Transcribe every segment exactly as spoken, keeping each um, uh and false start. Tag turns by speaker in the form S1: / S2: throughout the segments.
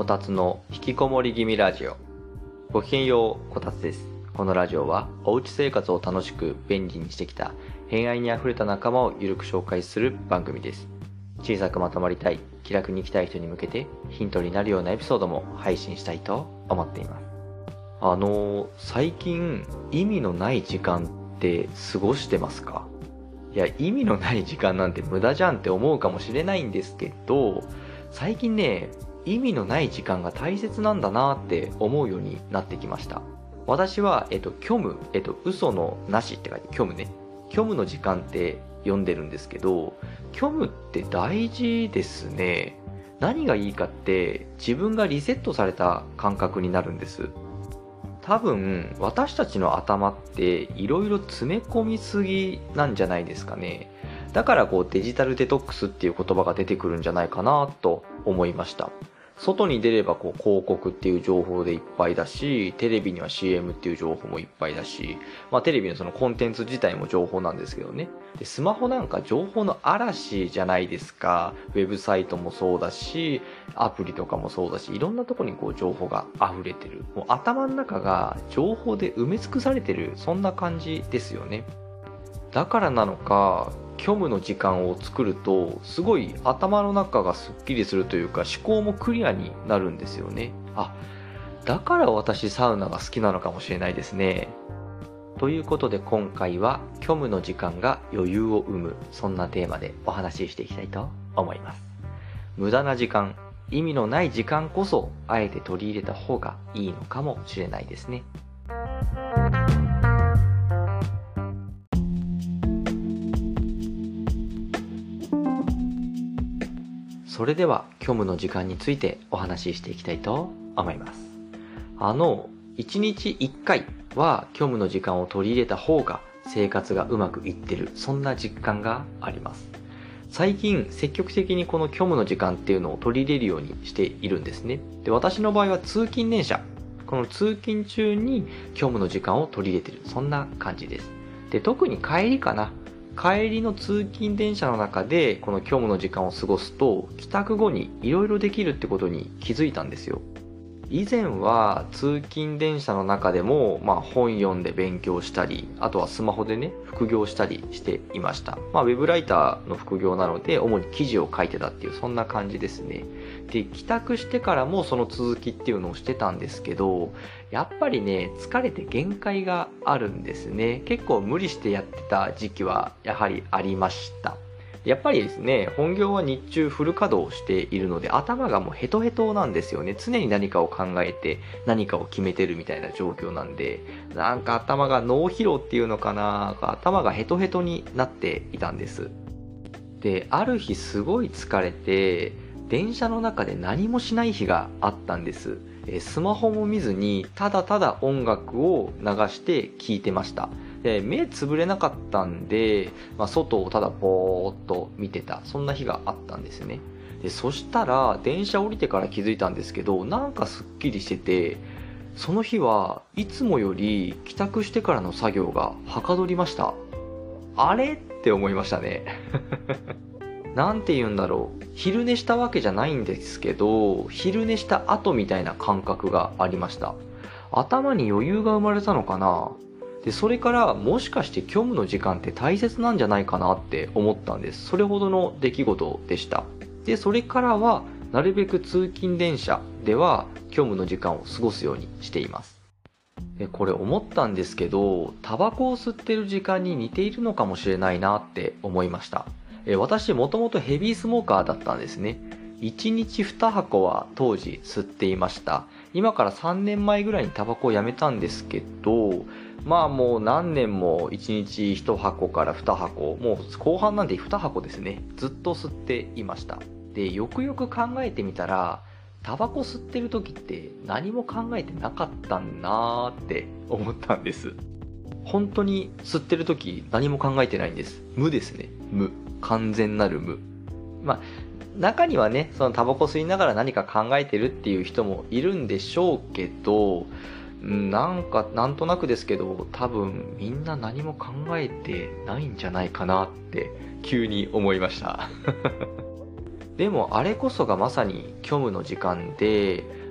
S1: たつの引きこもり気味ラジオ。ごきげんよう、こたつです。このラジオはおうち生活を楽しく便利にしてきた偏愛にあふれた仲間をゆるく紹介する番組です。小さくまとまりたい、気楽に生きたい人に向けてヒントになるようなエピソードも配信したいと思っています。あのー、最近意味のない時間って過ごしてますか？いや、意味のない時間なんて無駄じゃんって思うかもしれないんですけど、最近ね、意味のない時間が大切なんだなって思うようになってきました。私は、えっと、虚無、えっと、嘘のなしって書いて虚無ね。虚無の時間って読んでるんですけど、虚無って大事ですね。何がいいかって自分がリセットされた感覚になるんです。多分私たちの頭っていろいろ詰め込みすぎなんじゃないですかね。だからこうデジタルデトックスっていう言葉が出てくるんじゃないかなと思いました。外に出ればこう広告っていう情報でいっぱいだし、テレビには シーエム っていう情報もいっぱいだし、まあテレビのそのコンテンツ自体も情報なんですけどね。で、スマホなんか情報の嵐じゃないですか。ウェブサイトもそうだし、アプリとかもそうだし、いろんなとこにこう情報が溢れてる。もう頭の中が情報で埋め尽くされてる、そんな感じですよね。だからなのか、虚無の時間を作るとすごい頭の中がすっきりするというか、思考もクリアになるんですよね。あ、だから私サウナが好きなのかもしれないですね。ということで今回は虚無の時間が余裕を生む、そんなテーマでお話ししていきたいと思います。無駄な時間、意味のない時間こそあえて取り入れた方がいいのかもしれないですね。それでは虚無の時間についてお話ししていきたいと思います。あの、いちにちいっかいは虚無の時間を取り入れた方が生活がうまくいってる、そんな実感があります。最近積極的にこの虚無の時間っていうのを取り入れるようにしているんですね。で、私の場合は通勤電車。この通勤中に虚無の時間を取り入れてる、そんな感じです。で、特に帰りかな。帰りの通勤電車の中でこの虚無の時間を過ごすと、帰宅後にいろいろできるってことに気づいたんですよ。以前は通勤電車の中でも、まあ、本読んで勉強したり、あとはスマホでね副業したりしていました。まあ、ウェブライターの副業なので主に記事を書いてたっていう、そんな感じですね。で、帰宅してからもその続きっていうのをしてたんですけど、やっぱりね疲れて限界があるんですね。結構無理してやってた時期はやはりありました。やっぱりですね、本業は日中フル稼働しているので頭がもうヘトヘトなんですよね。常に何かを考えて何かを決めてるみたいな状況なんで、なんか頭が脳疲労っていうのかな、頭がヘトヘトになっていたんです。で、ある日すごい疲れて電車の中で何もしない日があったんです。スマホも見ずにただただ音楽を流して聴いてました。で、目つぶれなかったんで、まあ、外をただぼーっと見てた、そんな日があったんですね。で、そしたら電車降りてから気づいたんですけど、なんかすっきりしてて、その日はいつもより帰宅してからの作業がはかどりました。あれって思いましたね。なんて言うんだろう、昼寝したわけじゃないんですけど、昼寝した後みたいな感覚がありました。頭に余裕が生まれたのかな。で、それからもしかして虚無の時間って大切なんじゃないかなって思ったんです。それほどの出来事でした。で、それからはなるべく通勤電車では虚無の時間を過ごすようにしています。で、これ思ったんですけど、タバコを吸ってる時間に似ているのかもしれないなって思いました。え私もともとヘビースモーカーだったんですね。いちにちに箱は当時吸っていました。今からさんねんまえぐらいにタバコをやめたんですけど、まあもう何年もいちにちいち箱からに箱、もう後半なんでに箱ですね。ずっと吸っていました。で、よくよく考えてみたら、タバコ吸ってる時って何も考えてなかったんなーって思ったんです。本当に吸ってる時何も考えてないんです。無ですね。無。完全なる無。まあ中にはね、そのタバコ吸いながら何か考えてるっていう人もいるんでしょうけど、なんかなんとなくですけど、多分みんな何も考えてないんじゃないかなって急に思いました。でもあれこそがまさに虚無の時間で、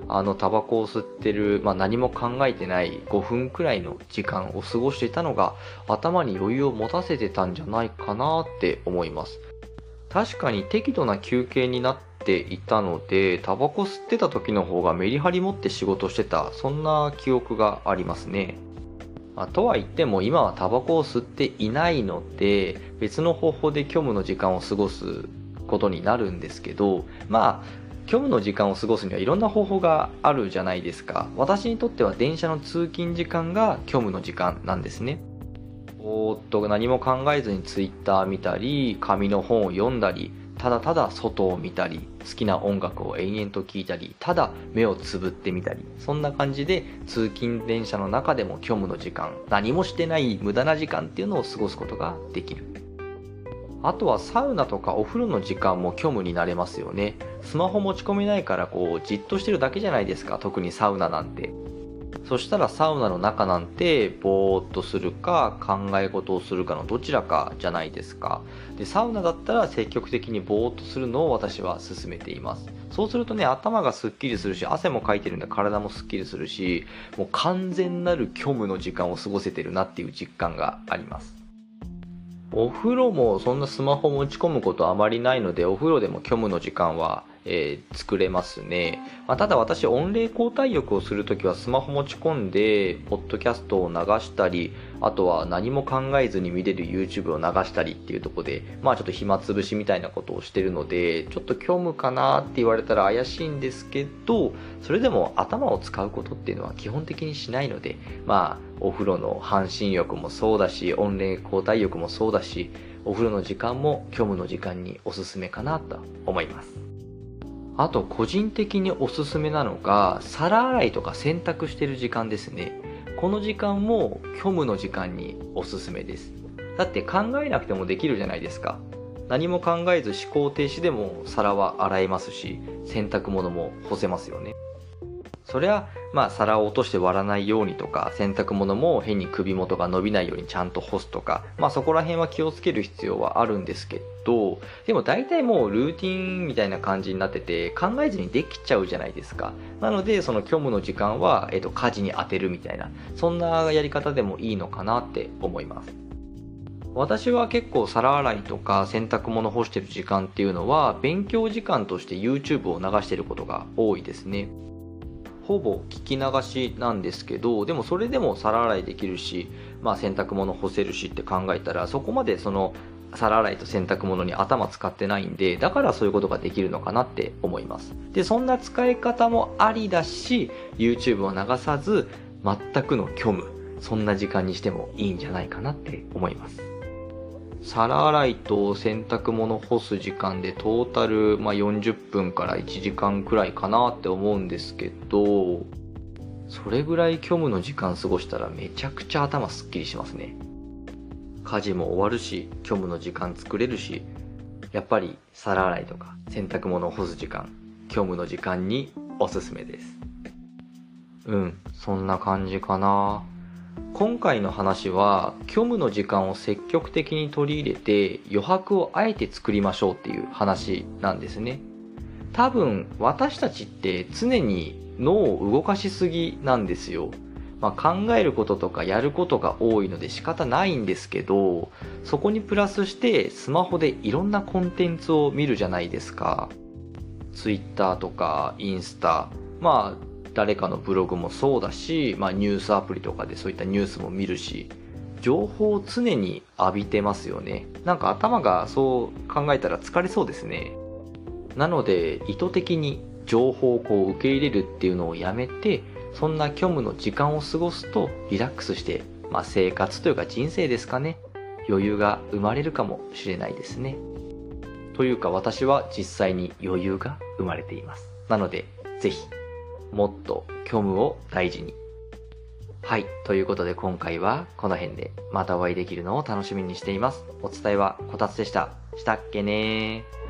S1: あのタバコを吸ってる、まあ、何も考えてないごふんくらいの時間を過ごしていたのが頭に余裕を持たせてたんじゃないかなって思います。確かに適度な休憩になっていたので、タバコ吸ってた時の方がメリハリ持って仕事してた、そんな記憶がありますね。まあ、とは言っても今はタバコを吸っていないので、別の方法で虚無の時間を過ごすことになるんですけど、まあ虚無の時間を過ごすにはいろんな方法があるじゃないですか。私にとっては電車の通勤時間が虚無の時間なんですね。おーっと何も考えずにツイッター見たり、紙の本を読んだり、ただただ外を見たり、好きな音楽を延々と聴いたり、ただ目をつぶってみたり、そんな感じで通勤電車の中でも虚無の時間、何もしてない無駄な時間っていうのを過ごすことができる。あとはサウナとかお風呂の時間も虚無になれますよね。スマホ持ち込めないからこうじっとしてるだけじゃないですか、特にサウナなんて。そしたらサウナの中なんてぼーっとするか考え事をするかのどちらかじゃないですか。でサウナだったら積極的にぼーっとするのを私は勧めています。そうするとね、頭がすっきりするし、汗もかいてるんで体もすっきりするし、もう完全なる虚無の時間を過ごせてるなっていう実感があります。お風呂もそんなスマホ持ち込むことあまりないので、お風呂でも虚無の時間は、えー作れますね。まあ、ただ私、温冷交代浴をするときはスマホ持ち込んで、ポッドキャストを流したり、あとは何も考えずに見れる YouTube を流したりっていうところで、まあちょっと暇つぶしみたいなことをしてるので、ちょっと虚無かなって言われたら怪しいんですけど、それでも頭を使うことっていうのは基本的にしないので、まあお風呂の半身浴もそうだし、温冷交代浴もそうだし、お風呂の時間も虚無の時間におすすめかなと思います。あと個人的におすすめなのが、皿洗いとか洗濯してる時間ですね。この時間も虚無の時間におすすめです。だって考えなくてもできるじゃないですか。何も考えず思考停止でも皿は洗えますし、洗濯物も干せますよね。そりゃ、まあ皿を落として割らないようにとか、洗濯物も変に首元が伸びないようにちゃんと干すとか、まあそこら辺は気をつける必要はあるんですけど、でも大体もうルーティンみたいな感じになってて、考えずにできちゃうじゃないですか。なので、その虚無の時間は、えっと、家事に当てるみたいな、そんなやり方でもいいのかなって思います。私は結構皿洗いとか洗濯物干してる時間っていうのは、勉強時間として YouTube を流してることが多いですね。ほぼ聞き流しなんですけど、でもそれでも皿洗いできるし、まあ洗濯物干せるしって考えたら、そこまでその皿洗いと洗濯物に頭使ってないんで、だからそういうことができるのかなって思います。で、そんな使い方もありだし、YouTube を流さず、全くの虚無、そんな時間にしてもいいんじゃないかなって思います。皿洗いと洗濯物干す時間でトータル、まあ、よんじゅっぷんからいちじかんくらいかなって思うんですけど、それぐらい虚無の時間過ごしたらめちゃくちゃ頭すっきりしますね。家事も終わるし、虚無の時間作れるし、やっぱり皿洗いとか洗濯物を干す時間、虚無の時間におすすめです。うん、そんな感じかな。今回の話は虚無の時間を積極的に取り入れて余白をあえて作りましょうっていう話なんですね。多分私たちって常に脳を動かしすぎなんですよ。まあ、考えることとかやることが多いので仕方ないんですけど、そこにプラスしてスマホでいろんなコンテンツを見るじゃないですか。ツイッターとかインスタ、まあ誰かのブログもそうだし、まあ、ニュースアプリとかでそういったニュースも見るし、情報を常に浴びてますよね。なんか頭がそう考えたら疲れそうですね。なので意図的に情報をこう受け入れるっていうのをやめて、そんな虚無の時間を過ごすとリラックスして、まあ、生活というか人生ですかね、余裕が生まれるかもしれないですね。というか私は実際に余裕が生まれています。なのでぜひもっと虚無を大事に。はい。ということで今回はこの辺でまたお会いできるのを楽しみにしています。お伝えはこたつでした。したっけねー。